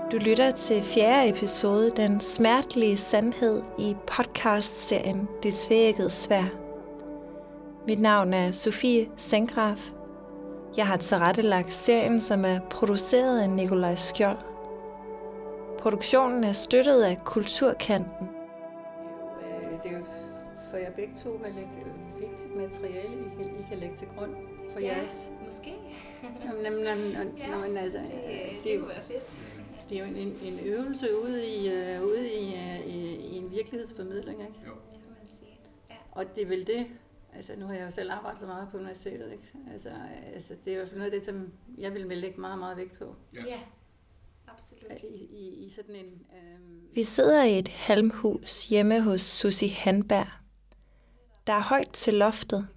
Du lytter til 4. episode, Den smertelige sandhed i podcastserien Det tvækkede sværd. Mit navn er Sofie Sengraf. Jeg har tilrettelagt serien, som er produceret af Nikolaj Skjold. Produktionen er støttet af Kulturkanten. Det er jo for jer begge to et vigtigt materiale, I kan lægge til grund for jeres. Måske. Jamen, altså, det kunne være fedt. Det er jo en øvelse ude i en virkelighedsformidling, ikke? Jo. Det kan man sige. Ja. Og det er vel det, altså nu har jeg jo selv arbejdet så meget på universitetet, ikke? Altså det er jo noget af det, som jeg vil lægge meget, meget vægt på. Ja, absolut. I sådan en... Vi sidder i et halmhus hjemme hos Susie Handberg. Der er højt til loftet.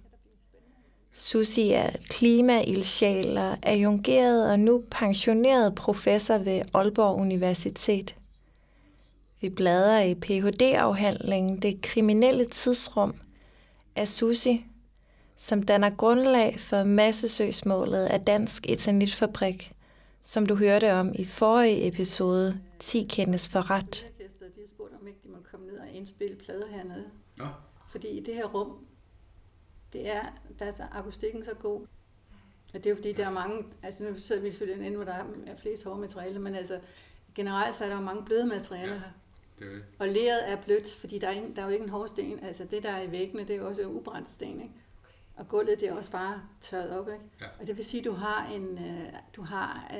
Susie er klimaildsjæl og adjungeret og nu pensioneret professor ved Aalborg Universitet. Vi bladrer i Ph.D.-afhandlingen Det kriminelle tidsrum af Susie, som danner grundlag for massesøgsmålet af Dansk Eternitfabrik, som du hørte om i forrige episode, 10 kendes for ret. De spurgte, om ikke de måtte komme ned og indspille plader hernede. Ja. Fordi i det her rum, der er så akustikken så god. Og det er jo fordi, der er mange, altså nu sidder vi selvfølgelig inde, hvor der er flest hårde materialer, men altså generelt så er der jo mange bløde materialer her. Det er det. Og leret er blødt, fordi der er jo ikke en hård sten. Altså det, der er i væggene, det er jo også ubrændt sten, ikke? Og gulvet, det er også bare tørret op, ikke? Ja. Og det vil sige, at du har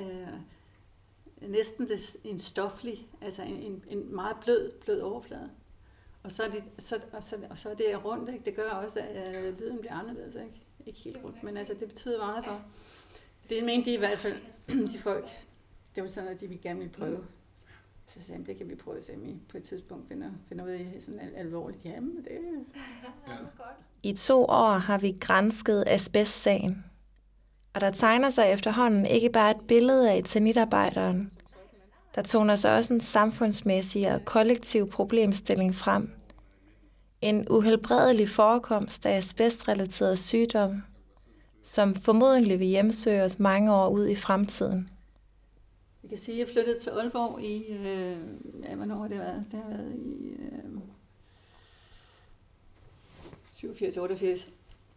næsten en stoflig, altså en meget blød overflade. Og så er det rundt, ikke? Det gør også, at lyden bliver anderledes, ikke? Ikke helt rundt, men altså det betyder meget for. Det mente de i hvert fald, de folk. Det var sådan noget, de ville gerne ville prøve. Så sagde jeg, det kan vi prøve at se, om I på et tidspunkt finder ud af sådan alvorligt. Jamen, det Ja. I 2 år har vi gransket asbestsagen. Og der tegner sig efterhånden ikke bare et billede af eternit-arbejderen. Der toner sig også en samfundsmæssig og kollektiv problemstilling frem. En uhelbredelig forekomst af asbestrelateret sygdom, som formodentlig vil hjemsøge os mange år ud i fremtiden. Jeg kan sige, at jeg flyttede til Aalborg i, hvornår har det været? Det har været i 87-88.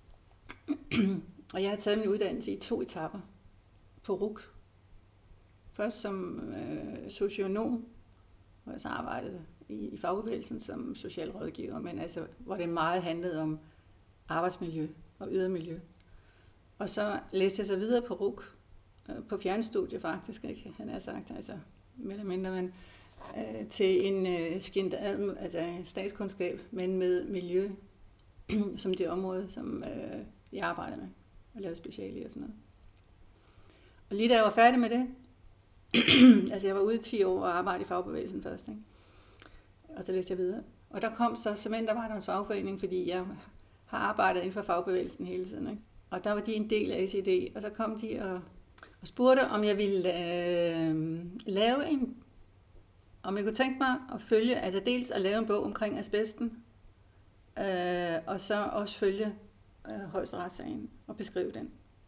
Og jeg har taget min uddannelse i 2 etaper på RUC. Først som socionom, hvor jeg så arbejdede i fagbevægelsen som socialrådgiver, men altså, hvor det meget handlede om arbejdsmiljø og ydermiljø. Og så læste jeg så videre på RUC, på fjernstudie faktisk, ikke? Han har sagt, altså mere eller mindre, men til en altså statskundskab, men med miljø som det område, som jeg arbejder med, og lavede speciale i og sådan noget. Og lige da jeg var færdig med det, altså jeg var ude i 10 år og arbejdede i fagbevægelsen først, ikke? Og så læste jeg videre. Og der kom så Cementarbejdernes Fagforening, fordi jeg har arbejdet inden for fagbevægelsen hele tiden, ikke? Og der var de en del af ACD, og så kom de og spurgte, om jeg ville lave om jeg kunne tænke mig at følge, altså dels at lave en bog omkring asbesten, og så også følge højesteretssagen og beskrive den.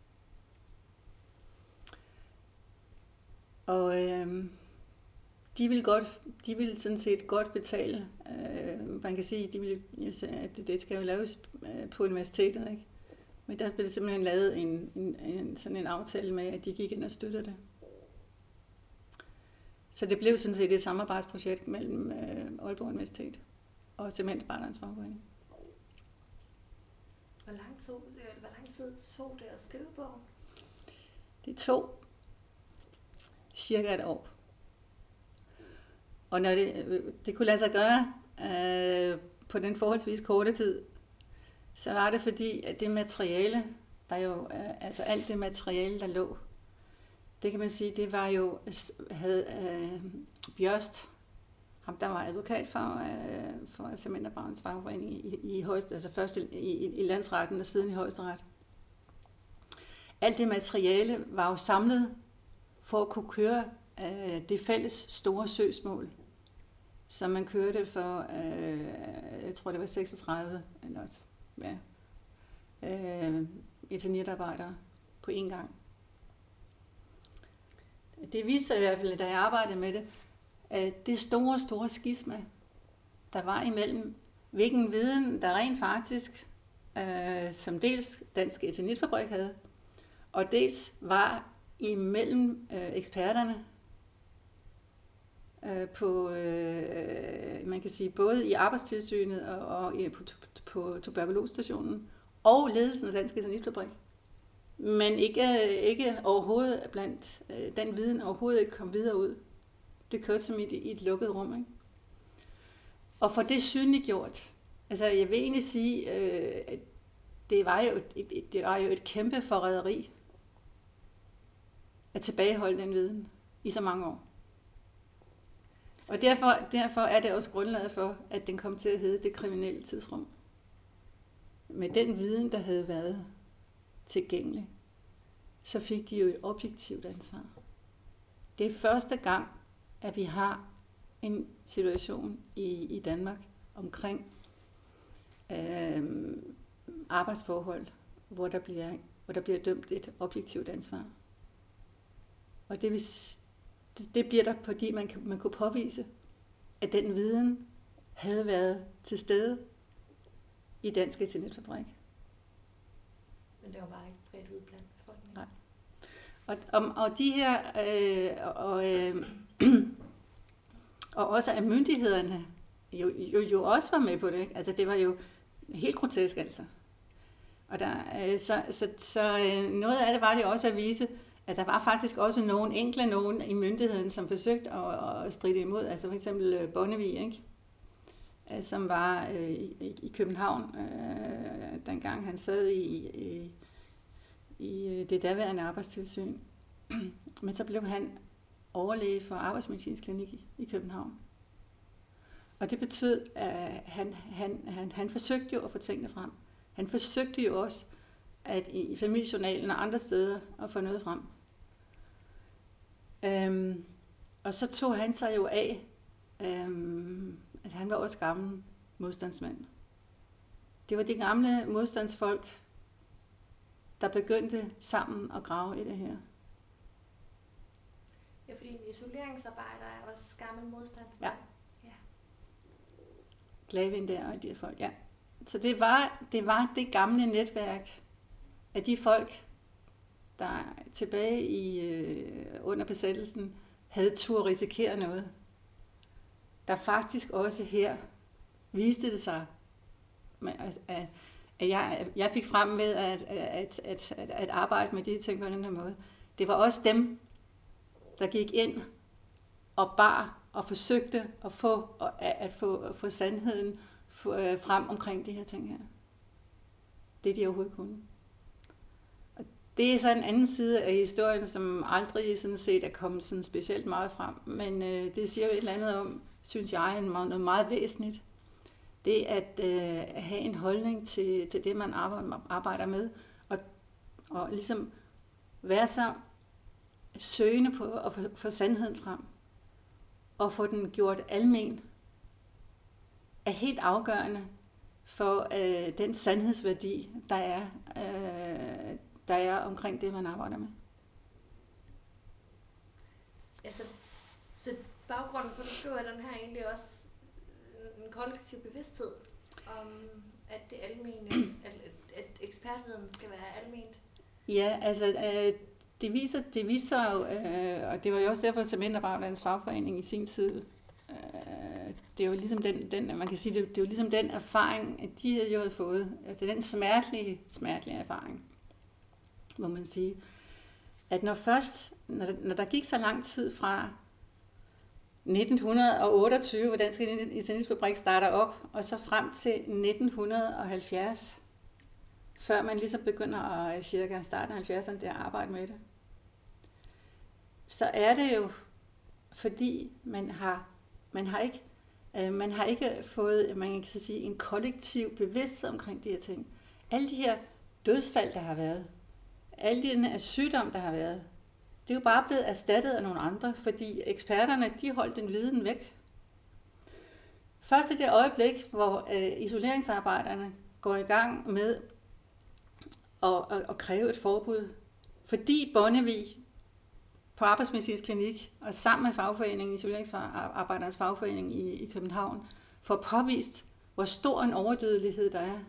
Og de ville sådan set godt betale, man kan sige, at det skal jo laves på universitetet, ikke? Men der blev det simpelthen lavet sådan en aftale med, at de gik ind og støttede det. Så det blev sådan set et samarbejdsprojekt mellem Aalborg Universitet og Cementarbejdernes Fagforening. Hvor lang tid tog det at skrive bogen? Det tog cirka et år. Og når det kunne lade sig gøre på den forholdsvis korte tid, så var det fordi, at det materiale, der jo, altså alt det materiale, der lå, det kan man sige, det var jo, Bjørst, ham der var advokat for Cementarbejdernes Fagforening altså først i landsretten og siden i højesteret. Alt det materiale var jo samlet for at kunne køre det fælles store søgsmål, som man kørte for, jeg tror det var 36 eller også, ja, eternit-arbejdere på én gang. det viste sig i hvert fald, da jeg arbejdede med det, at det store skisma, der var imellem, hvilken viden, der rent faktisk, som dels Dansk Eternitfabrik havde, og dels var imellem eksperterne på, man kan sige, både i Arbejdstilsynet og på tuberkulosestationen, og ledelsen af Dansk Eternitfabrik. Men ikke overhovedet blandt den viden overhovedet ikke kom videre ud. Det kørte som i et lukket rum, ikke? Og for det synliggjort, altså jeg vil egentlig sige, at det var jo et kæmpe forræderi at tilbageholde den viden i så mange år. Og derfor er det også grundlaget for, at den kom til at hedde det kriminelle tidsrum. Med den viden, der havde været tilgængelig, så fik de jo et objektivt ansvar. Det er første gang, at vi har en situation i Danmark omkring arbejdsforhold, hvor der bliver dømt et objektivt ansvar. Og det bliver der, fordi man kunne påvise, at den viden havde været til stede i Dansk Eternitfabrik. Men det var bare ikke bredt ud blandt befolkningen. Nej. Og de her, og også at myndighederne jo også var med på det. Ikke? Altså det var jo helt grotesk altså. Og så noget af det var det også at vise, at der var faktisk også nogen i myndigheden, som forsøgte at stride imod. Altså for eksempel Bonnevie, ikke? Som var i København, dengang han sad i det daværende arbejdstilsyn. Men så blev han overlæge for Arbejdsmedicinsk Klinik i København. Og det betød, at han forsøgte jo at få tingene frem. Han forsøgte jo også at i familiejournalen og andre steder at få noget frem. Og så tog han sig jo af, at han var også gammel modstandsmand. Det var de gamle modstandsfolk, der begyndte sammen at grave i det her. Ja, fordi en isoleringsarbejder er også gammel modstandsmand. Ja. Glavin der og de folk, ja. Så det var det gamle netværk af de folk, der tilbage under besættelsen havde tur risikere noget. Der faktisk også her viste det sig, at jeg fik frem med at arbejde med de ting på den her måde. Det var også dem, der gik ind og bar og forsøgte at få sandheden frem omkring de her ting her. Det de overhovedet kunne. Og det er så en anden side af historien, som aldrig sådan set er kommet sådan specielt meget frem. Men det siger jo et eller andet om, synes jeg, noget meget væsentligt. Det at have en holdning til det, man arbejder med, og ligesom være så søgende på at få sandheden frem, og få den gjort almen, er helt afgørende for den sandhedsværdi, der er omkring det, man arbejder med. Altså, så baggrunden for, at du skriver den her egentlig også en kollektiv bevidsthed om, at det almene, at ekspertviden skal være alment. Ja, altså det viser jo, og det var jo også derfor, at Cementarbejdernes fagforening i sin tid, det er jo ligesom den man kan sige, det er jo ligesom den erfaring, at de havde jo fået, altså den smertelige erfaring, må man sige, at når der gik så lang tid fra 1928, hvor Dansk Eternitfabrik starter op, og så frem til 1970, før man ligesom begynder at cirka starte 70'erne der at arbejde med det, så er det jo, fordi man har ikke fået, man kan sige, en kollektiv bevidsthed omkring de her ting. Alle de her dødsfald, der har været, alle de her sygdom, der har været, det er jo bare blevet erstattet af nogle andre, fordi eksperterne, de holdt den viden væk. Først i det øjeblik, hvor isoleringsarbejderne går i gang med at kræve et forbud, fordi Bonnevie på Arbejdsmedicinsk Klinik, og sammen med fagforeningen, isoleringsarbejdernes fagforening i København, får påvist, hvor stor en overdødelighed der er.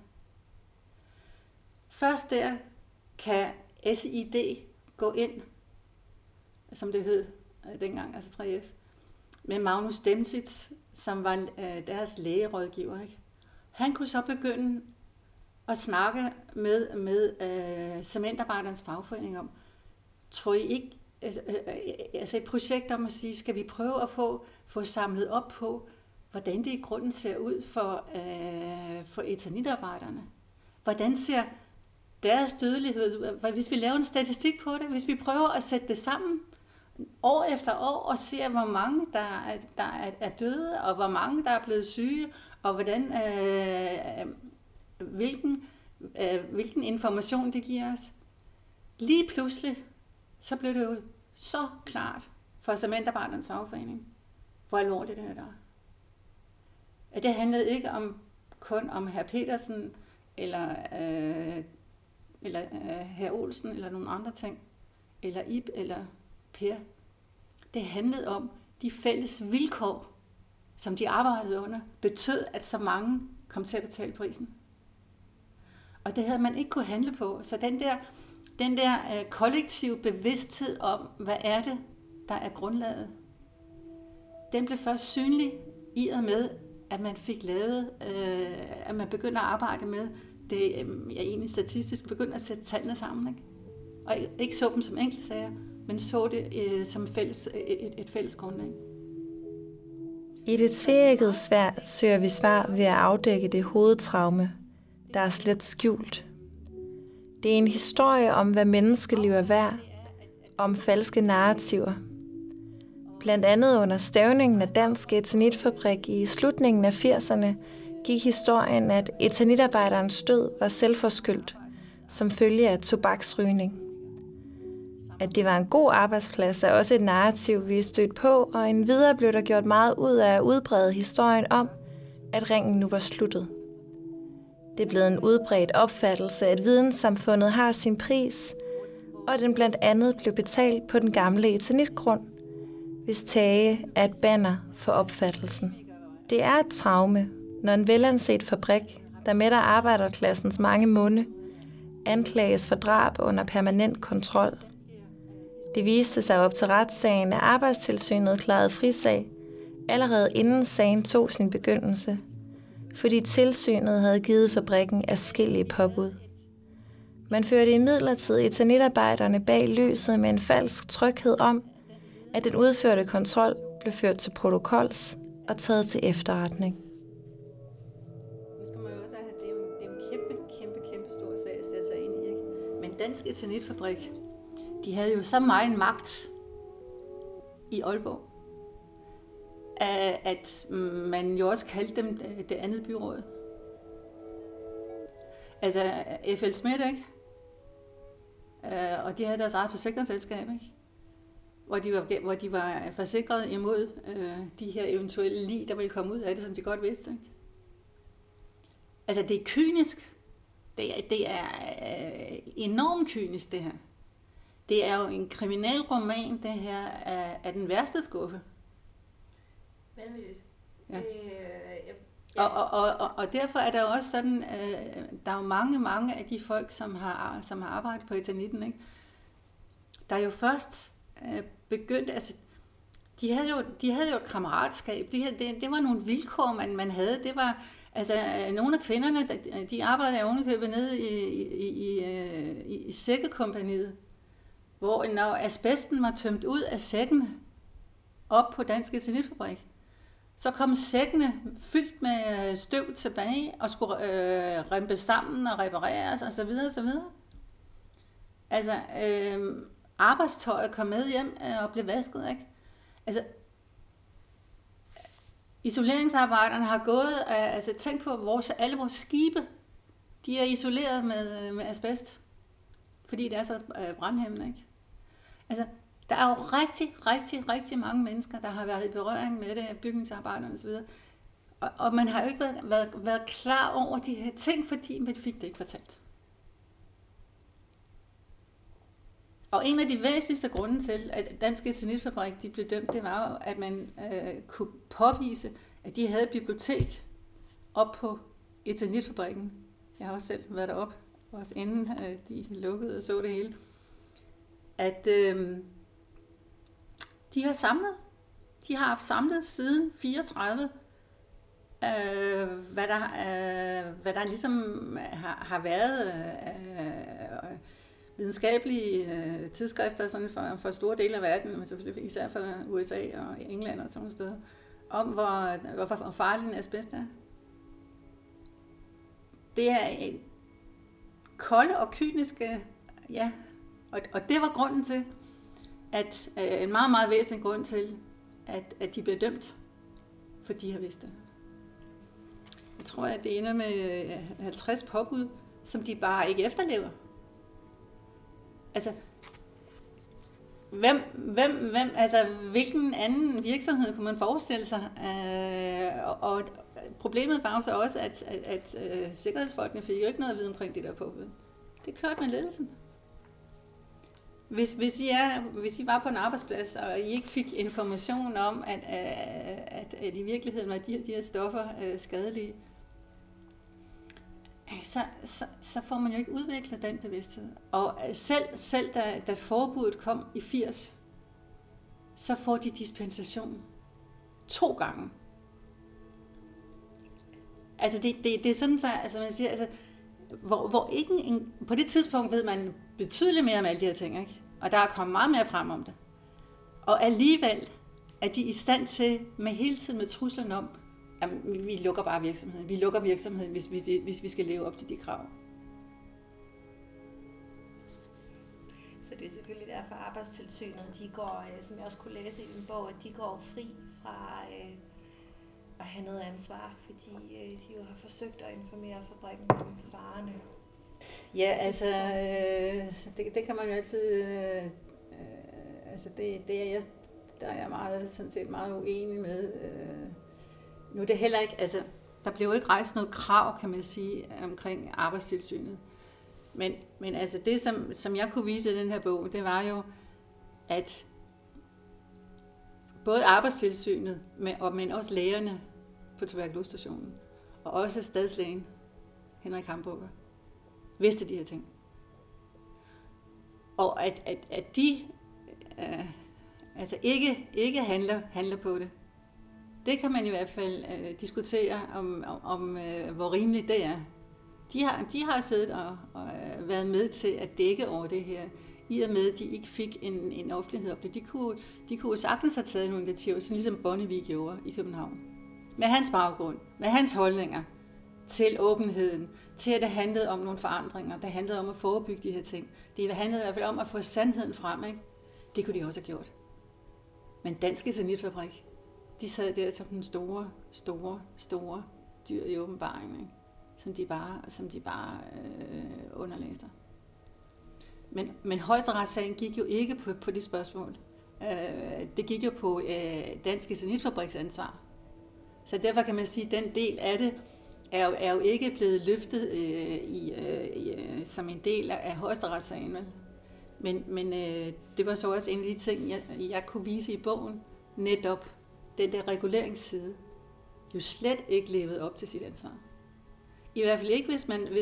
Først der kan SID gå ind, som det hed dengang, altså 3F, med Magnus Demsitz, som var deres lægerådgiver. Ikke? Han kunne så begynde at snakke med cementarbejdernes fagforening om, tror I ikke, altså et projekt om at sige, skal vi prøve at få samlet op på, hvordan det i grunden ser ud for etanitarbejderne. Hvordan ser deres dødelighed ud? Hvis vi laver en statistik på det, hvis vi prøver at sætte det sammen år efter år og ser, hvor mange der er døde, og hvor mange der er blevet syge, og hvordan, hvilken information det giver os. Lige pludselig, så blev det jo så klart for cementarbejdernes fagforening, hvor alvorligt det her er. At det handlede ikke kun om hr. Petersen, eller hr. Olsen, eller nogle andre ting, eller Ib, eller Per. Det handlede om de fælles vilkår, som de arbejdede under, betød, at så mange kom til at betale prisen. Og det havde man ikke kunne handle på. Så den der kollektive bevidsthed om, hvad er det, der er grundlaget, den blev først synlig i og med, at man fik lavet, at man begynder at arbejde med det, jeg egentlig statistisk begynder at sætte tallene sammen. Ikke? Og ikke så dem som enkeltsager, men så det som et fælles grundlag. I det tveæggede sværd søger vi svar ved at afdække det hovedtraume, der er slet skjult. Det er en historie om, hvad menneskeliv er værd, om falske narrativer. Blandt andet under stævningen af Dansk Eternitfabrik i slutningen af 80'erne gik historien, at eternitarbejderens død var selvforskyldt som følge af tobaksrygning. At det var en god arbejdsplads er også et narrativ, vi er stødt på, og endvidere blev der gjort meget ud af at udbrede historien om, at ringen nu var sluttet. Det er blevet en udbredt opfattelse, at videnssamfundet har sin pris, og den blandt andet blev betalt på den gamle eternitgrund, hvis tage er et banner for opfattelsen. Det er et traume, når en velanset fabrik, der mætter arbejderklassens mange munde, anklages for drab under permanent kontrol. Det viste sig op til retssagen, at Arbejdstilsynet klarede frisag, allerede inden sagen tog sin begyndelse, fordi tilsynet havde givet fabrikken adskillige påbud. Man førte imidlertid etanitarbejderne bag lyset med en falsk tryghed om, at den udførte kontrol blev ført til protokols og taget til efterretning. Nu skal man jo også have, det er jo en kæmpe stor sag at sætte sig ind i, ikke? Men Dansk Eternitfabrik, de havde jo så meget magt i Aalborg, at man jo også kaldte dem det andet byråd. Altså F.L. Schmidt, ikke? Og de havde deres eget forsikringsselskab, ikke? Hvor de var forsikret imod de her eventuelle lig, der ville komme ud af det, som de godt vidste, ikke? Altså det er kynisk. Det er enormt kynisk, det her. Det er jo en kriminalroman, det her af den værste skuffe. Vanvittigt. Ja. Og derfor er der jo også sådan, der er jo mange af de folk, som har arbejdet på Eternitten, ikke? Der er jo først begyndt, altså de havde jo et kammeratskab. Det var nogle vilkår, man havde. Det var, altså nogle af kvinderne, de arbejdede ovenikøbet nede i sækkekompaniet, hvor når asbesten var tømt ud af sækkene op på Dansk Eternitfabrik, så kom sækkene fyldt med støv tilbage og skulle rimpes sammen og repareres og så videre og så videre. Altså arbejdstøjet kom med hjem og blev vasket, ikke? Altså isoleringsarbejderne har gået, altså tænk på alle vores skibe, de er isoleret med asbest, fordi det er så brandhæmmende, ikke? Altså der er jo rigtig mange mennesker, der har været i berøring med det, bygningsarbejderne osv. Og man har jo ikke været klar over de her ting, fordi man fik det ikke fortalt. Og en af de væsentligste grunde til, at Dansk Eternitfabrik de blev dømt, det var jo, at man kunne påvise, at de havde et bibliotek op på Eternitfabrikken. Jeg har også selv været deroppe, også inden de lukkede og så det hele. At de har haft samlet siden 34, hvad der ligesom har været videnskabelige tidsskrifter sådan for store dele af verden, men selvfølgelig især for USA og England og sådan nogle steder, om hvor farlig en asbest er. Det er en kolde og kyniske, ja, og det var grunden til, at en meget, meget væsentlig grund til, at de blev dømt, for de har vidst det. Jeg tror, at det ender med 50 påbud, som de bare ikke efterlever. Altså, hvilken anden virksomhed kunne man forestille sig? Og problemet var jo så også, at sikkerhedsfolkene fik jo ikke noget at vide omkring det der påbud. Det kørte med ledelsen. Hvis I var på en arbejdsplads, og I ikke fik information om, at i virkeligheden var de her stoffer skadelige, så får man jo ikke udviklet den bevidsthed. Og selv da forbuddet kom i 80, så får de dispensation 2 gange. Altså det er sådan, så altså man siger, altså, hvor ikke på det tidspunkt ved man betydeligt mere om alle de her ting, ikke? Og der er kommet meget mere frem om det. Og alligevel er de i stand til med hele tiden med truslen om, at vi lukker bare virksomheden. Vi lukker virksomheden, hvis vi skal leve op til de krav. Så det er selvfølgelig derfor Arbejdstilsynet, de går, som jeg også kunne læse i din bog, at de går fri fra at have noget ansvar, fordi de jo har forsøgt at informere fabrikken om farerne. Ja, altså, det kan man jo altid, altså der er jeg meget, sådan set meget uenig med. Nu er det heller ikke, altså, der blev jo ikke rejst noget krav, kan man sige, omkring Arbejdstilsynet. Men altså det, som jeg kunne vise i den her bog, det var jo, at både Arbejdstilsynet, men også lægerne på tuberkulosestationen, og også stadslægen, Henrik Hamburger, vidste de her ting. Og at de altså ikke handler på det. Det kan man i hvert fald diskutere om hvor rimeligt det er. De har siddet og været med til at dække over det her, i og med at de ikke fik en offentlighed op det. De kunne sagtens have taget nogle initiativer, sådan ligesom Bonnevie gjorde i København. Med hans baggrund, med hans holdninger til åbenheden, til at det handlede om nogle forandringer, det handlede om at forebygge de her ting. Det handlede i hvert fald om at få sandheden frem, ikke? Det kunne de også have gjort. Men Dansk Eternitfabrik, de sad der som den store dyr i åbenbaringen, ikke? Som de bare underlæser. Men højesteretssagen gik jo ikke på de spørgsmål. Det gik jo på Dansk Eternitfabriks ansvar. Så derfor kan man sige, at den del af det er jo ikke blevet løftet som en del af højesteretssagen. Men det var så også en af de ting, jeg kunne vise i bogen, netop den der reguleringsside, jo slet ikke levede op til sit ansvar. I hvert fald ikke,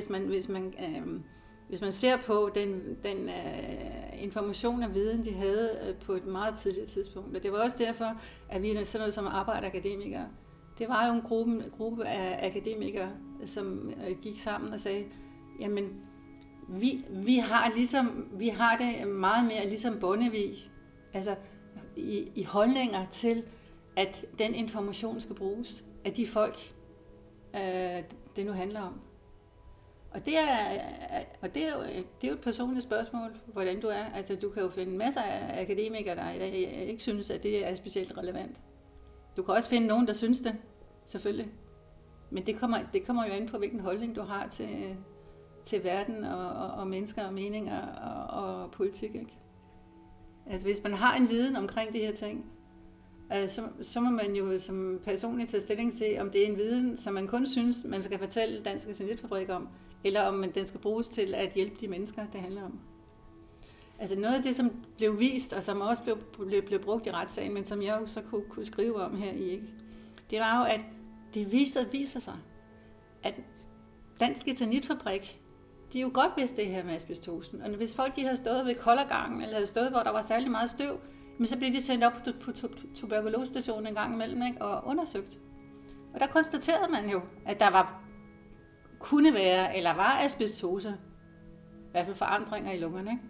hvis man ser på den information og viden, de havde på et meget tidligt tidspunkt. Og det var også derfor, at vi sådan noget som arbejderakademikere, det var jo en gruppe af akademikere, som gik sammen og sagde, jamen, vi har det meget mere ligesom Bonnevie, altså i holdninger til, at den information skal bruges af de folk, det nu handler om. Og det er jo et personligt spørgsmål, hvordan du er. Altså, du kan jo finde masser af akademikere, der ikke synes, at det er specielt relevant. Du kan også finde nogen, der synes det, selvfølgelig. Men det kommer jo an på, hvilken holdning du har til verden og mennesker og meninger og politik, ikke? Altså, hvis man har en viden omkring de her ting, så må man jo som personligt tage stilling til, om det er en viden, som man kun synes, man skal fortælle Dansk Eternitfabrik om, eller om den skal bruges til at hjælpe de mennesker, det handler om. Altså noget af det, som blev vist, og som også blev brugt i retssagen, men som jeg jo så kunne skrive om her i, ikke? Det var jo, at det viser sig, at Dansk Eternitfabrik, de jo godt vidste det her med asbestosen. Og hvis folk de havde stået ved koldergangen, eller havde stået, hvor der var særlig meget støv, men så blev de sendt op på tuberkulosestationen en gang imellem, ikke? Og undersøgt. Og der konstaterede man jo, at der kunne være, eller var asbestose, i hvert fald forandringer i lungerne, ikke?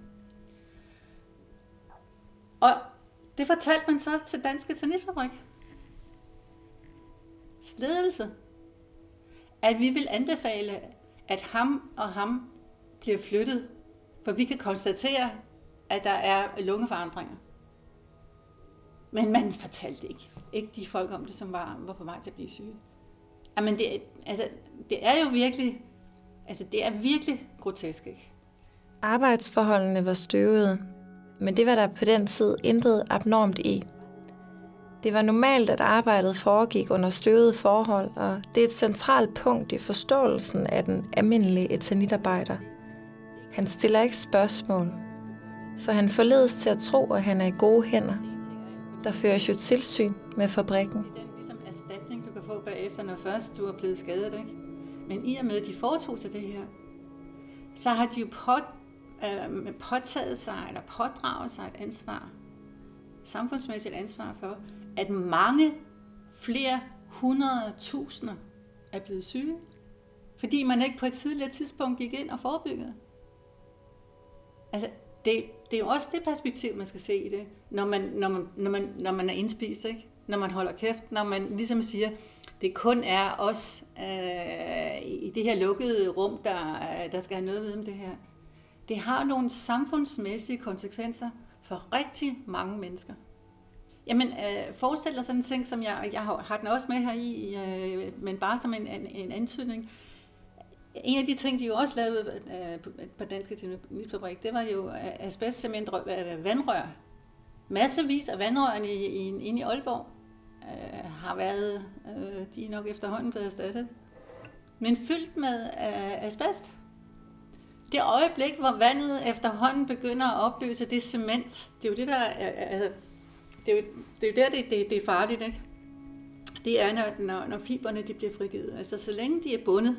Og det fortalte man så til Dansk Eternitfabrik. Ledelse. At vi vil anbefale, at ham bliver flyttet, for vi kan konstatere, at der er lungeforandringer. Men man fortalte ikke de folk om det, som var på vej til at blive syge. Jamen det er jo virkelig, det er virkelig grotesk, ikke? Arbejdsforholdene var støvede, men det var der på den tid intet abnormt i. Det var normalt, at arbejdet foregik under støvede forhold, og det er et centralt punkt i forståelsen af den almindelige eternitarbejder. Han stiller ikke spørgsmål, for han forledes til at tro, at han er i gode hænder. Der føres jo tilsyn med fabrikken. Det er den ligesom erstatning, du kan få bagefter, når først du er blevet skadet, ikke? Men i og med, at de foretog sig det her, så har de jo påtaget sig, eller pådraget sig et ansvar, samfundsmæssigt ansvar for, at mange flere 100.000 er blevet syge, fordi man ikke på et tidligere tidspunkt gik ind og forebyggede. Altså, det er jo også det perspektiv, man skal se i det, når man er indspist, ikke? Når man holder kæft, når man ligesom siger, det kun er os i det her lukkede rum, der skal have noget at vide om det her. Det har nogle samfundsmæssige konsekvenser for rigtig mange mennesker. Jamen, forestil dig sådan en ting, som jeg har den også med her i, men bare som en antydning. En af de ting, de jo også lavede på Dansk Eternitfabrik, det var jo asbestcement vandrør. Massevis af vandrørene inde i Aalborg har været, de er nok efterhånden blevet erstattet, men fyldt med asbest. Det øjeblik, hvor vandet efterhånden begynder at opløse det cement, det er jo det, der det er jo der, det er farligt, ikke? Det er, når fiberne de bliver frigivet. Altså, så længe de er bundet,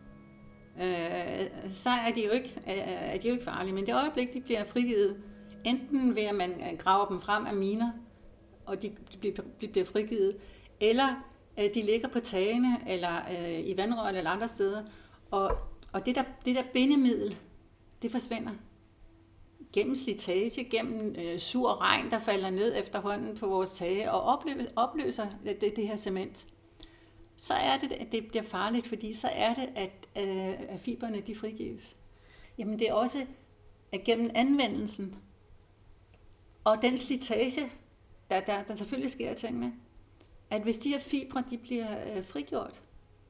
så er de jo ikke farlige. Men det øjeblik, de bliver frigivet, enten ved at man graver dem frem af miner, og de bliver frigivet, eller de ligger på tagene, eller i vandrør eller andre steder, og det der bindemiddel, det forsvinder. Gennem slitage, gennem sur regn, der falder ned efterhånden på vores tage, og opløser det her cement. Så er det bliver farligt, fordi så er det, at fiberne de frigives. Jamen det er også at gennem anvendelsen, og den slitage, der selvfølgelig sker tingene, at hvis de her fibre, de bliver frigjort,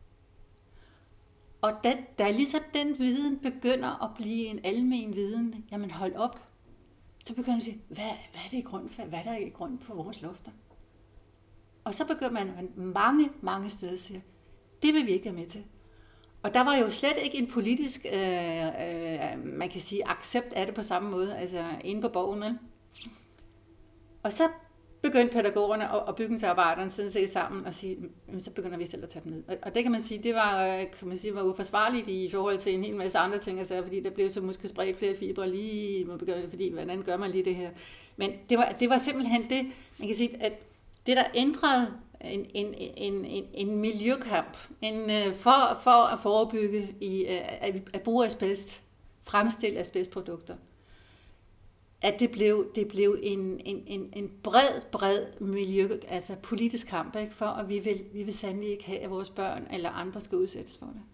og da ligesom den viden begynder at blive en almen viden, jamen hold op, så begynder man at sige, hvad er det i grund for? Hvad er der i grund på vores lufter? Og så begynder man mange steder at sige, det vil vi ikke være med til. Og der var jo slet ikke en politisk, man kan sige, accept af det på samme måde, altså inde på Borgen. Og så begyndte pædagogerne og bygningsarbejderne sådan set sammen og sige, så begynder vi selv at tage dem ned. Og det kan man sige, det var uforsvarligt i forhold til en hel masse andre ting, altså, fordi der blev så måske spredt flere fibre lige, fordi hvordan gør man lige det her. Men det var simpelthen det, man kan sige, at det der ændrede en miljøkamp, for at forebygge at bruge asbest, fremstille asbestprodukter, at det blev en bred altså politisk kamp, ikke? For at vi vil sandelig ikke have, at vores børn eller andre skal udsættes for det.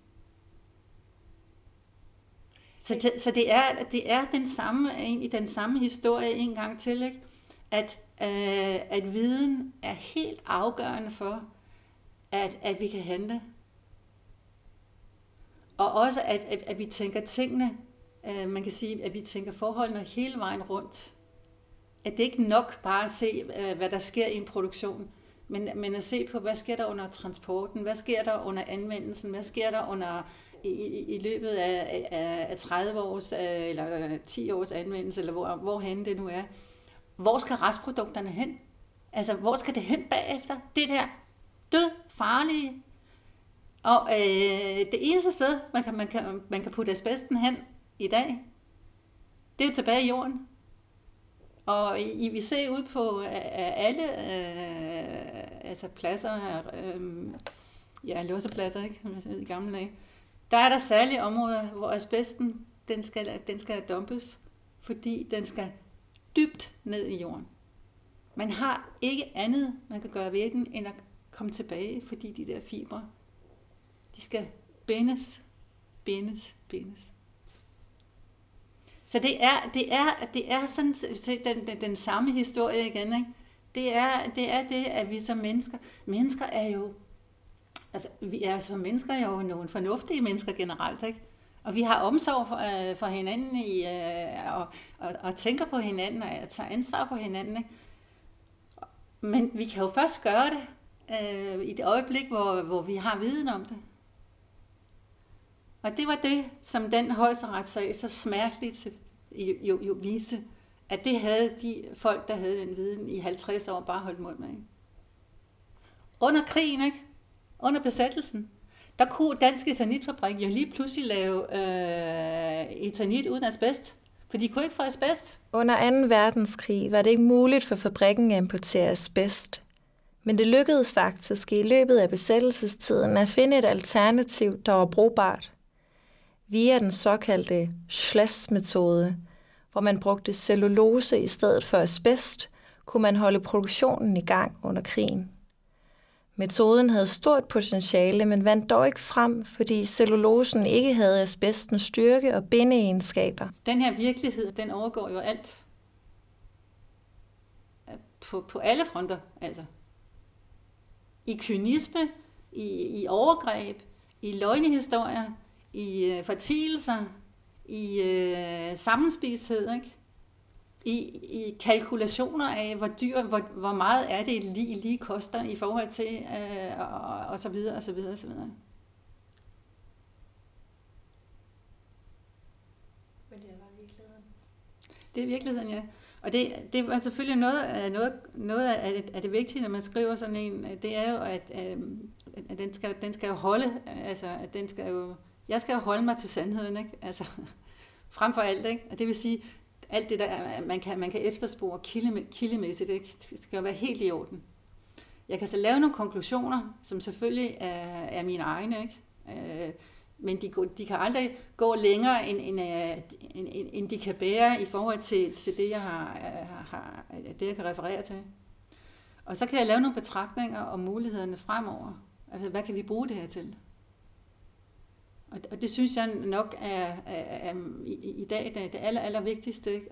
Så det er den samme historie en gang til, ikke? At viden er helt afgørende for, at vi kan handle. Og også at vi tænker tingene, man kan sige, at vi tænker forholdene hele vejen rundt. At det ikke nok bare at se, hvad der sker i en produktion, men at se på, hvad sker der under transporten, hvad sker der under anvendelsen, hvad sker der under i løbet af 30 års eller 10 års anvendelse, eller hvorhen det nu er, hvor skal restprodukterne hen? Altså, hvor skal det hen bagefter? Det der død farlige. Og det eneste sted, man kan putte asbesten hen i dag, det er jo tilbage i jorden. Og I vil se ud på alle altså pladser, lossepladser, ikke? I gamle dage. Der er der særlige områder, hvor asbesten den skal dumpes, fordi den skal dybt ned i jorden. Man har ikke andet, man kan gøre ved den, end at komme tilbage, fordi de der fibre, de skal bindes. Så det er sådan den samme historie igen, ikke? Det er det, at vi som mennesker er jo, altså vi er som mennesker jo nogle fornuftige mennesker generelt, ikke? Og vi har omsorg for hinanden og tænker på hinanden og tager ansvar på hinanden, ikke? Men vi kan jo først gøre det i det øjeblik, hvor vi har viden om det. Og det var det, som den højesteretsssag så smerteligt jo viste, at det havde de folk, der havde den viden i 50 år, bare holdt mund med. Ikke? Under krigen, ikke? Under besættelsen, der kunne Dansk Eternitfabrik jo lige pludselig lave eternit uden asbest, for de kunne ikke få asbest. Under 2. verdenskrig var det ikke muligt for fabrikken at importere asbest. Men det lykkedes faktisk i løbet af besættelsestiden at finde et alternativ, der var brugbart. Via den såkaldte Schleß-metode, hvor man brugte cellulose i stedet for asbest, kunne man holde produktionen i gang under krigen. Metoden havde stort potentiale, men vandt dog ikke frem, fordi cellulosen ikke havde asbestens styrke og bindeegenskaber. Den her virkelighed, den overgår jo alt. På alle fronter, altså. I kynisme, i overgreb, i løgnehistorier, i fortielser, i sammenspisthed, ikke? I kalkulationer af, hvor meget er det lige koster i forhold til, og så videre, og så videre, og så videre. Men det var virkeligheden. Det er virkeligheden, ja. Og det var selvfølgelig noget af det vigtige, når man skriver sådan en, det er jo, at den skal jo holde, altså, at den skal jo, jeg skal jo holde mig til sandheden, ikke? Altså, frem for alt, ikke? Og det vil sige, alt det der, man kan efterspore kildemæssigt, ikke? Det skal jo være helt i orden. Jeg kan så lave nogle konklusioner, som selvfølgelig er mine egne, ikke? Men de kan aldrig gå længere, end de kan bære i forhold til det, det, jeg kan referere til. Og så kan jeg lave nogle betragtninger om mulighederne fremover. Altså, hvad kan vi bruge det her til? Og det synes jeg nok er i dag det aller vigtigste, ikke?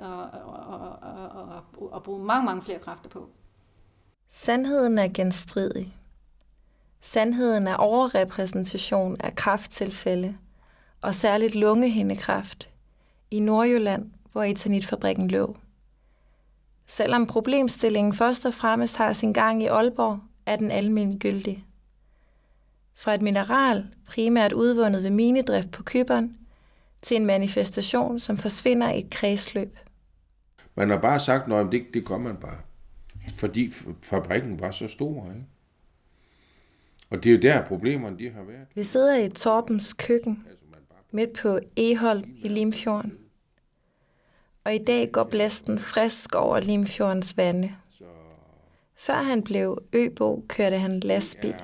At bruge mange flere kræfter på. Sandheden er genstridig. Sandheden er overrepræsentation af kræfttilfælde, og særligt lungehindekræft, i Nordjylland, hvor Eternitfabrikken lå. Selvom problemstillingen først og fremmest har sin gang i Aalborg, er den almengyldig. Fra et mineral, primært udvundet ved minedrift på Cypern, til en manifestation, som forsvinder i et kredsløb. Man har bare sagt, at det gør man bare. Fordi fabrikken var så stor, ikke? Og det er jo der, problemerne de har været. Vi sidder i Torbens køkken, midt på Egholm i Limfjorden. Og i dag går blæsten frisk over Limfjordens vande. Før han blev øbo, kørte han lastbil.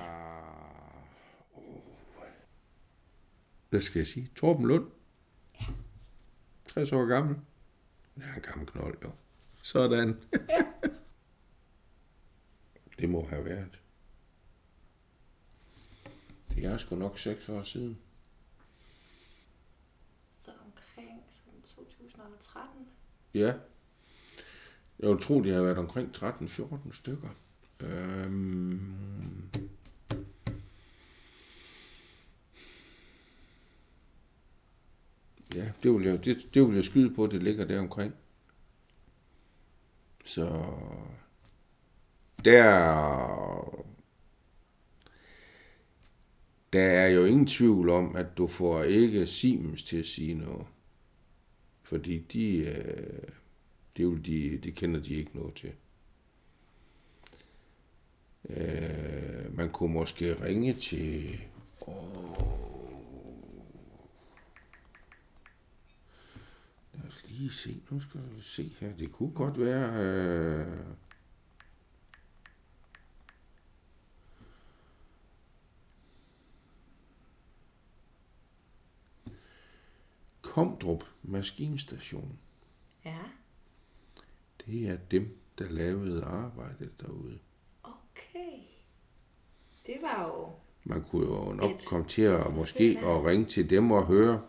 Hvad skal jeg sige? Torben Lund. 60 år gammel. Ja, en gammel knold, jo. Sådan. Det må have været. Det er sgu nok 6 år siden. Så omkring 2013? Ja. Jeg vil tro, det har været omkring 13-14 stykker. Ja, det vil jeg skyde på, det ligger der omkring. Så der Der er jo ingen tvivl om, at du får ikke Siemens til at sige noget. Fordi de kender de ikke noget til. Man kunne måske ringe til... Lad os lige se. Nu skal vi se her. Det kunne godt være... Komdrup Maskinstation. Ja. Det er dem, der lavede arbejdet derude. Okay. Det var jo... Man kunne jo nok komme til at måske at ringe til dem og høre.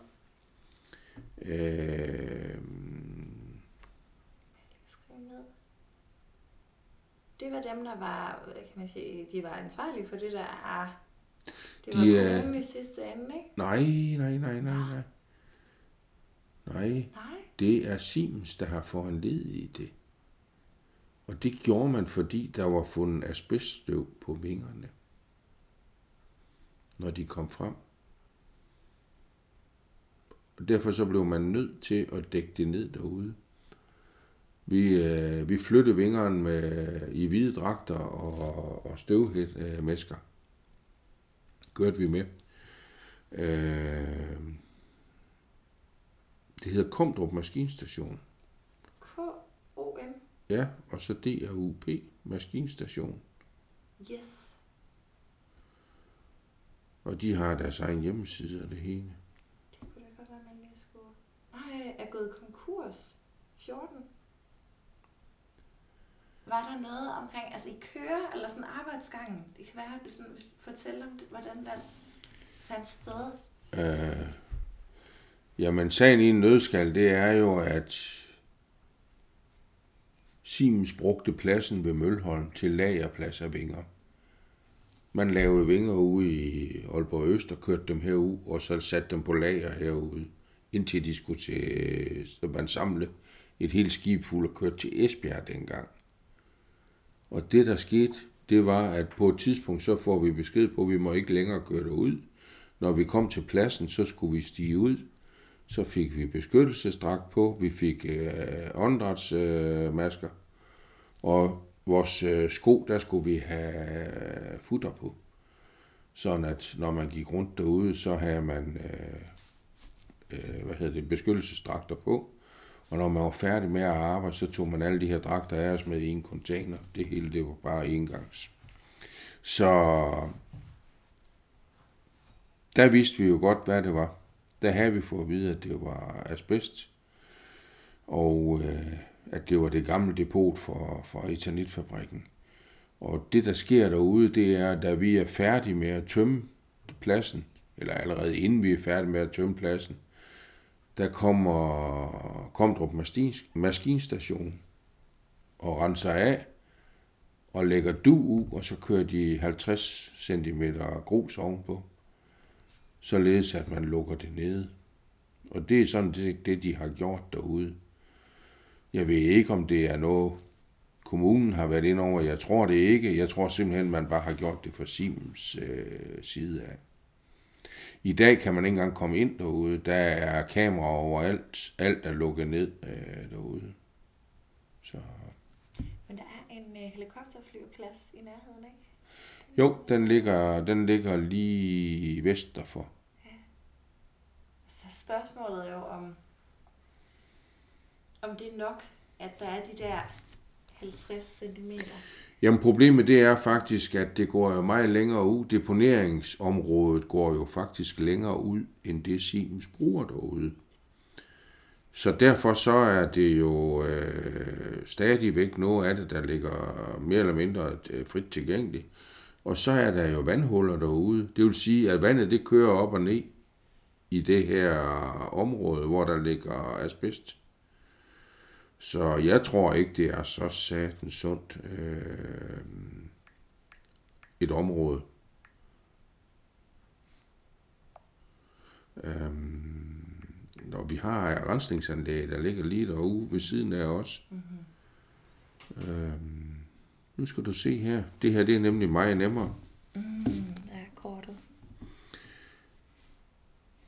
Det var dem, der var, kan man sige, de var ansvarlige for det der. Det var kommunen i sidste ende, ikke? Nej. Det er Siemens, der har foranlediget det. Og det gjorde man, fordi der var fundet asbeststøv på vingerne, når de kom frem. Og derfor så blev man nødt til at dække det ned derude. Vi flyttede vingerne i hvide dragter og støvmæsker. Gørte vi med. Det hedder Komdrup Maskinstation. K-O-M? Ja, og så D-R-U-P, Maskinstation. Yes. Og de har deres egen hjemmeside og det hele. Det kunne da godt være, man lige skulle... Nej, er gået konkurs. 14. Var der noget omkring, altså I kører, eller sådan arbejdsgangen? Det kan være, at du sådan vil fortælle om det, hvordan den fandt sted. Jamen, sagen i en nødskal, det er jo, at Siemens brugte pladsen ved Mølholm til lagerplads af vinger. Man lavede vinger ude i Aalborg Øst og kørte dem herud, og så satte dem på lager herude, indtil de skulle til, man samle et helt skib fuld og kørte til Esbjerg dengang. Og det, der skete, det var, at på et tidspunkt, så får vi besked på, at vi må ikke længere køre derud. Når vi kom til pladsen, så skulle vi stige ud. Så fik vi beskyttelsesdragt på, vi fik åndedrætsmasker, og vores sko, der skulle vi have futter på. Sådan at når man gik rundt derude, så havde man beskyttelsesdragter på. Og når man var færdig med at arbejde, så tog man alle de her dragter af os med i en container. Det hele, det var bare engangs. Så der vidste vi jo godt, hvad det var. Der havde vi fået at vide, at det var asbest, og at det var det gamle depot for Eternitfabrikken. Og det, der sker derude, det er, da vi er færdige med at tømme pladsen, eller allerede inden vi er færdige med at tømme pladsen, der kommer Komdrup Maskinstation og renser af og lægger du og så kører de 50 cm grus ovenpå, således at man lukker det nede. Og det er sådan det, de har gjort derude. Jeg ved ikke, om det er noget, kommunen har været ind over. Jeg tror det ikke. Jeg tror simpelthen, man bare har gjort det fra Siemens side af. I dag kan man ikke engang komme ind derude. Der er kameraer overalt. Alt er lukket ned derude. Så. Men der er en helikopterflyveplads i nærheden, ikke? Jo, den ligger lige vest derfor. Ja. Så spørgsmålet er jo, om det er nok, at der er de der 50 cm. Jamen problemet det er faktisk, at det går jo meget længere ud. Deponeringsområdet går jo faktisk længere ud, end det Siemens bruger derude. Så derfor så er det jo stadigvæk noget af det, der ligger mere eller mindre frit tilgængeligt. Og så er der jo vandhuller derude. Det vil sige, at vandet det kører op og ned i det her område, hvor der ligger asbest. Så jeg tror ikke, det er så satans sundt et område. Og vi har rensningsanlæg, der ligger lige derude ved siden af os. Mm-hmm. Nu skal du se her. Det her det er nemlig meget nemmere. Ja, kortet.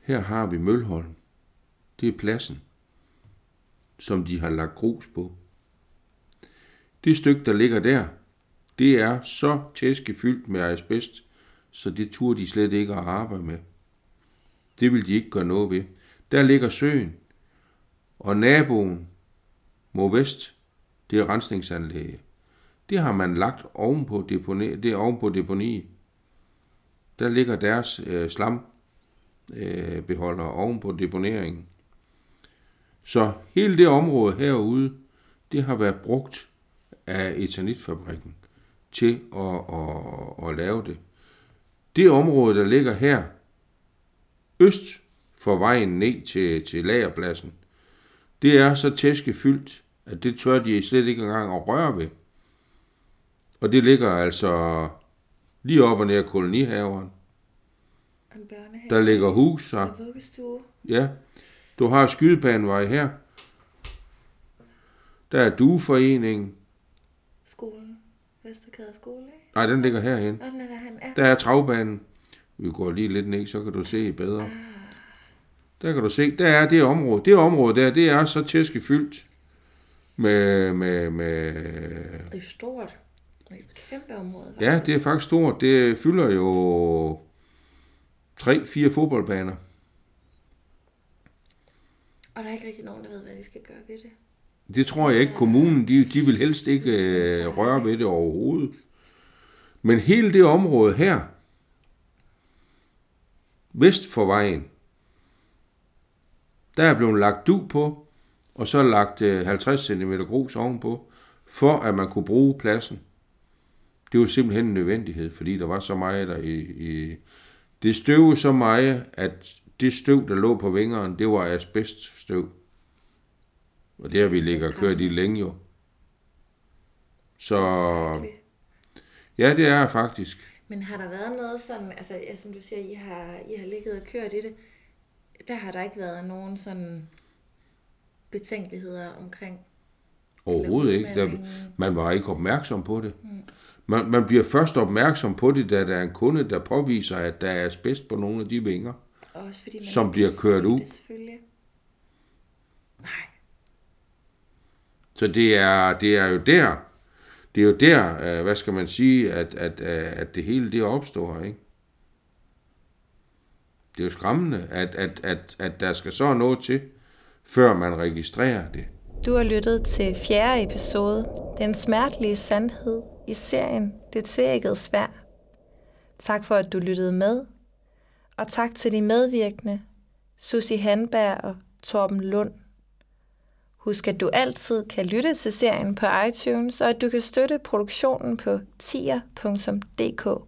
Her har vi Mølholm. Det er pladsen, som de har lagt grus på. Det stykke, der ligger der, det er så tæskefyldt med asbest, så det turde de slet ikke at arbejde med. Det vil de ikke gøre noget ved. Der ligger søen, og naboen mod vest, det er rensningsanlæg. Det har man lagt ovenpå deponiet. Der ligger deres slambeholder ovenpå deponeringen. Så hele det område herude, det har været brugt af Eternitfabrikken til at lave det. Det område, der ligger her, øst for vejen ned til lagerpladsen, det er så tæskefyldt, at det tør de slet ikke engang at røre ved. Og det ligger altså lige op og ned af kolonihaveren. Der ligger hus her. Ja, du har Skydebanevej her. Der er Dueforeningen. Skolen. Vesterkade skole, ikke? Nej, den ligger herhen. Og den er derhen. Ja. Der er travbanen. Vi går lige lidt ned, så kan du se bedre. Der kan du se, der er det område. Det område der, det er så tæskefyldt med Det er stort. Det er et kæmpe område. Ja, det er faktisk stort. Det fylder jo 3-4 fodboldbaner. Og der er ikke rigtig nogen, der ved, hvad de skal gøre ved det. Det tror jeg ikke. Kommunen, de vil helst ikke røre ved det overhovedet. Men hele det område her, vest for vejen, der er blevet lagt dug på, og så lagt 50 cm grus ovenpå, for at man kunne bruge pladsen. Det var simpelthen en nødvendighed, fordi der var så meget der i det støv så meget, at det støv, der lå på vingeren, det var asbeststøv. Og det har vi ligget og kørt i længe jo. Så ja, det er faktisk. Men har der været noget sådan, altså som du siger, I har ligget og kørt i det, der har der ikke været nogen sådan betænkeligheder omkring? Overhovedet ikke. Man var ikke opmærksom på det. Man bliver først opmærksom på det, da der er en kunde, der påviser, at der er asbest på nogle af de vinger, også fordi man som bliver kørt ud. Nej. Så det er jo der, hvad skal man sige, at det hele det opstår, ikke? Det er jo skræmmende, at der skal så noget til, før man registrerer det. Du har lyttet til 4. episode, Den smertelige sandhed i serien Det tveæggede sværd. Tak for, at du lyttede med, og tak til de medvirkende, Susie Handberg og Torben Lund. Husk, at du altid kan lytte til serien på iTunes, og at du kan støtte produktionen på tier.dk.